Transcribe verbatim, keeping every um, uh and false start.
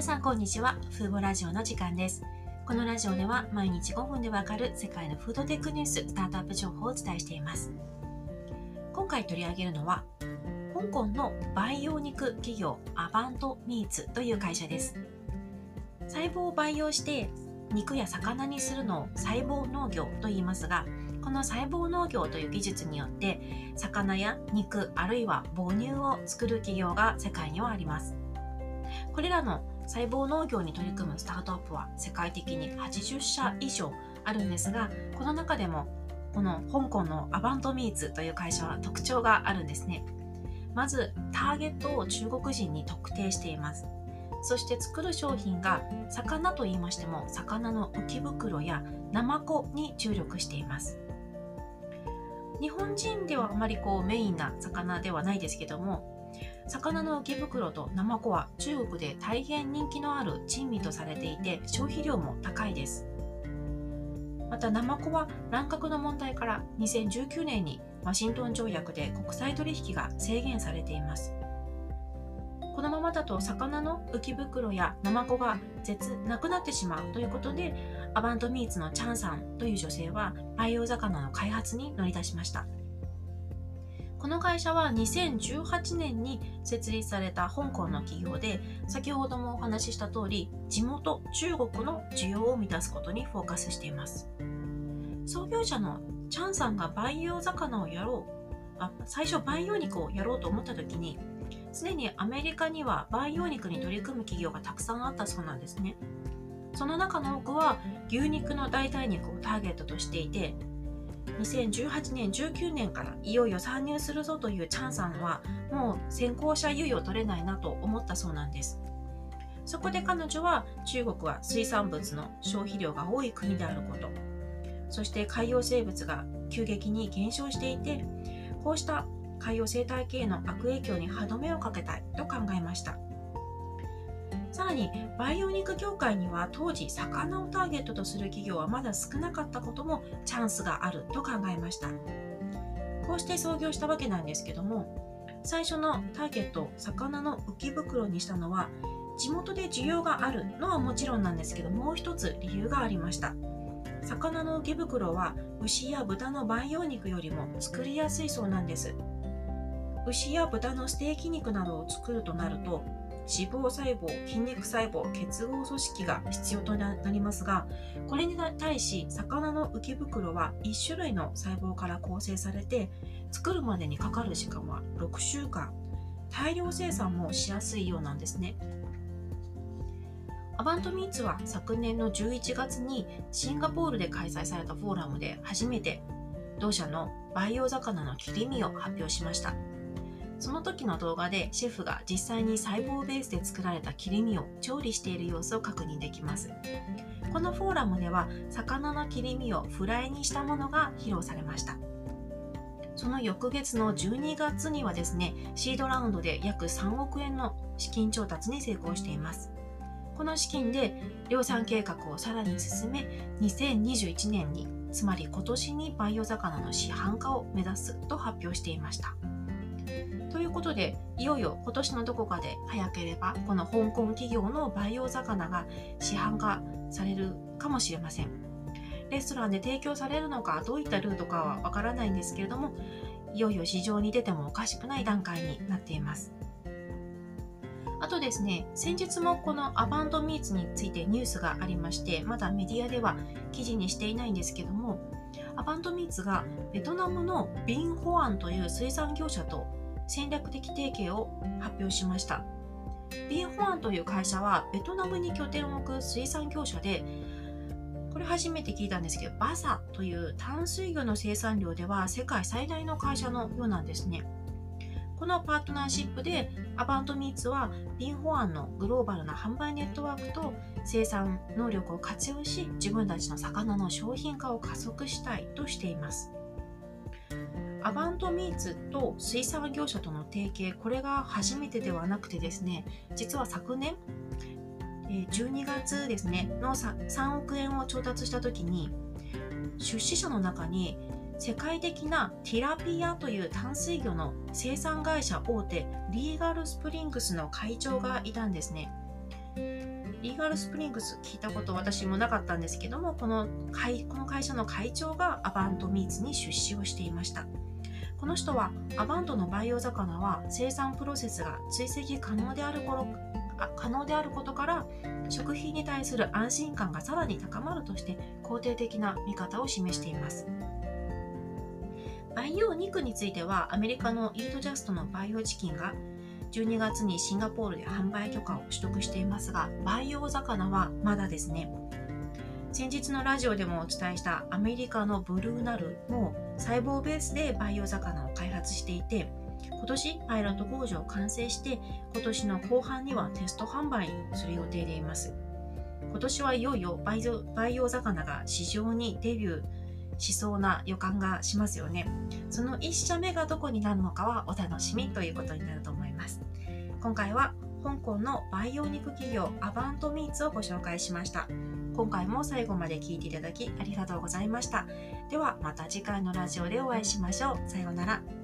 さんこんにちは。フーボラジオの時間です。このラジオでは毎日ごふんでわかる世界のフードテックニュース、スタートアップ情報をお伝えしています。今回取り上げるのは香港の培養肉企業アバントミーツという会社です。細胞を培養して肉や魚にするのを細胞農業と言いますが、この細胞農業という技術によって魚や肉あるいは母乳を作る企業が世界にはあります。これらの細胞農業に取り組むスタートアップは世界的にはちじゅっしゃ以上あるんですが、この中でもこの香港のアバントミーツという会社は特徴があるんですね。まずターゲットを中国人に特定しています。そして作る商品が魚と言いましても魚の浮き袋やナマコに注力しています。日本人ではあまりこうメインな魚ではないですけども、魚の浮き袋とナマコは中国で大変人気のある珍味とされていて消費量も高いです。またナマコは乱獲の問題からにせんじゅうきゅうねんにワシントン条約で国際取引が制限されています。このままだと魚の浮き袋やナマコが絶なくなってしまうということで、アバントミーツのチャンさんという女性は培養魚の開発に乗り出しました。この会社はにせんじゅうはちねんに設立された香港の企業で、先ほどもお話しした通り地元中国の需要を満たすことにフォーカスしています。創業者のチャンさんが培養魚をやろうあ最初培養肉をやろうと思った時に、すでにアメリカには培養肉に取り組む企業がたくさんあったそうなんですね。その中の多くは牛肉の代替肉をターゲットとしていて、にせんじゅうはちねん、じゅうきゅうねんからいよいよ参入するぞというチャンさんはもう先行者優位を取れないなと思ったそうなんです。そこで彼女は中国は水産物の消費量が多い国であること、そして海洋生物が急激に減少していて、こうした海洋生態系への悪影響に歯止めをかけたいと考えました。さらに培養肉業界には当時魚をターゲットとする企業はまだ少なかったこともチャンスがあると考えました。こうして創業したわけなんですけども、最初のターゲットを魚の浮き袋にしたのは地元で需要があるのはもちろんなんですけど、もう一つ理由がありました。魚の浮き袋は牛や豚の培養肉よりも作りやすいそうなんです。牛や豚のステーキ肉などを作るとなると脂肪細胞、筋肉細胞、結合組織が必要となりますが、これに対し魚の浮き袋はいっしゅるいの細胞から構成されて、作るまでにかかる時間はろくしゅうかん、大量生産もしやすいようなんですね。アバントミーツは昨年のじゅういちがつにシンガポールで開催されたフォーラムで初めて同社の培養魚の切り身を発表しました。その時の動画でシェフが実際に細胞ベースで作られた切り身を調理している様子を確認できます。このフォーラムでは魚の切り身をフライにしたものが披露されました。その翌月のじゅうにがつにはですね、シードラウンドで約さんおくえんの資金調達に成功しています。この資金で量産計画をさらに進め、にせんにじゅういちねんに、つまり今年に培養魚の市販化を目指すと発表していました。ということで、いよいよ今年のどこかで早ければこの香港企業の培養魚が市販化されるかもしれません。レストランで提供されるのかどういったルートかはわからないんですけれども、いよいよ市場に出てもおかしくない段階になっています。あとですね、先日もこのアバントミーツについてニュースがありまして、まだメディアでは記事にしていないんですけども、アバントミーツがベトナムのビンホアンという水産業者と戦略的提携を発表しました。ビンホアンという会社はベトナムに拠点を置く水産業者で、これ初めて聞いたんですけど、バサという淡水魚の生産量では世界最大の会社のようなんですね。このパートナーシップでアバントミーツはビンホアンのグローバルな販売ネットワークと生産能力を活用し、自分たちの魚の商品化を加速したいとしています。アバントミーツと水産業者との提携、これが初めてではなくてですね、実は昨年じゅうにがつですねのさんおくえんを調達した時に、出資者の中に世界的なティラピアという淡水魚の生産会社大手リーガルスプリングスの会長がいたんですね。 リーガルスプリングス聞いたこと私もなかったんですけども、この会、この会社の会長がアバントミーツに出資をしていました。この人はアバントの培養魚は生産プロセスが追跡可能である頃可能であることから食品に対する安心感がさらに高まるとして肯定的な見方を示しています。培養肉についてはアメリカのイートジャストの培養チキンがじゅうにがつにシンガポールで販売許可を取得していますが、培養魚はまだですね。先日のラジオでもお伝えしたアメリカのブルーナルも細胞ベースで培養魚を開発していて、今年パイロット工場を完成して今年の後半にはテスト販売する予定でいます。今年はいよいよ培養、培養魚が市場にデビューしそうな予感がしますよね。その一社目がどこになるのかはお楽しみということになると思います。今回は香港の培養肉企業アバントミーツをご紹介しました。今回も最後まで聞いていただきありがとうございました。ではまた次回のラジオでお会いしましょう。さようなら。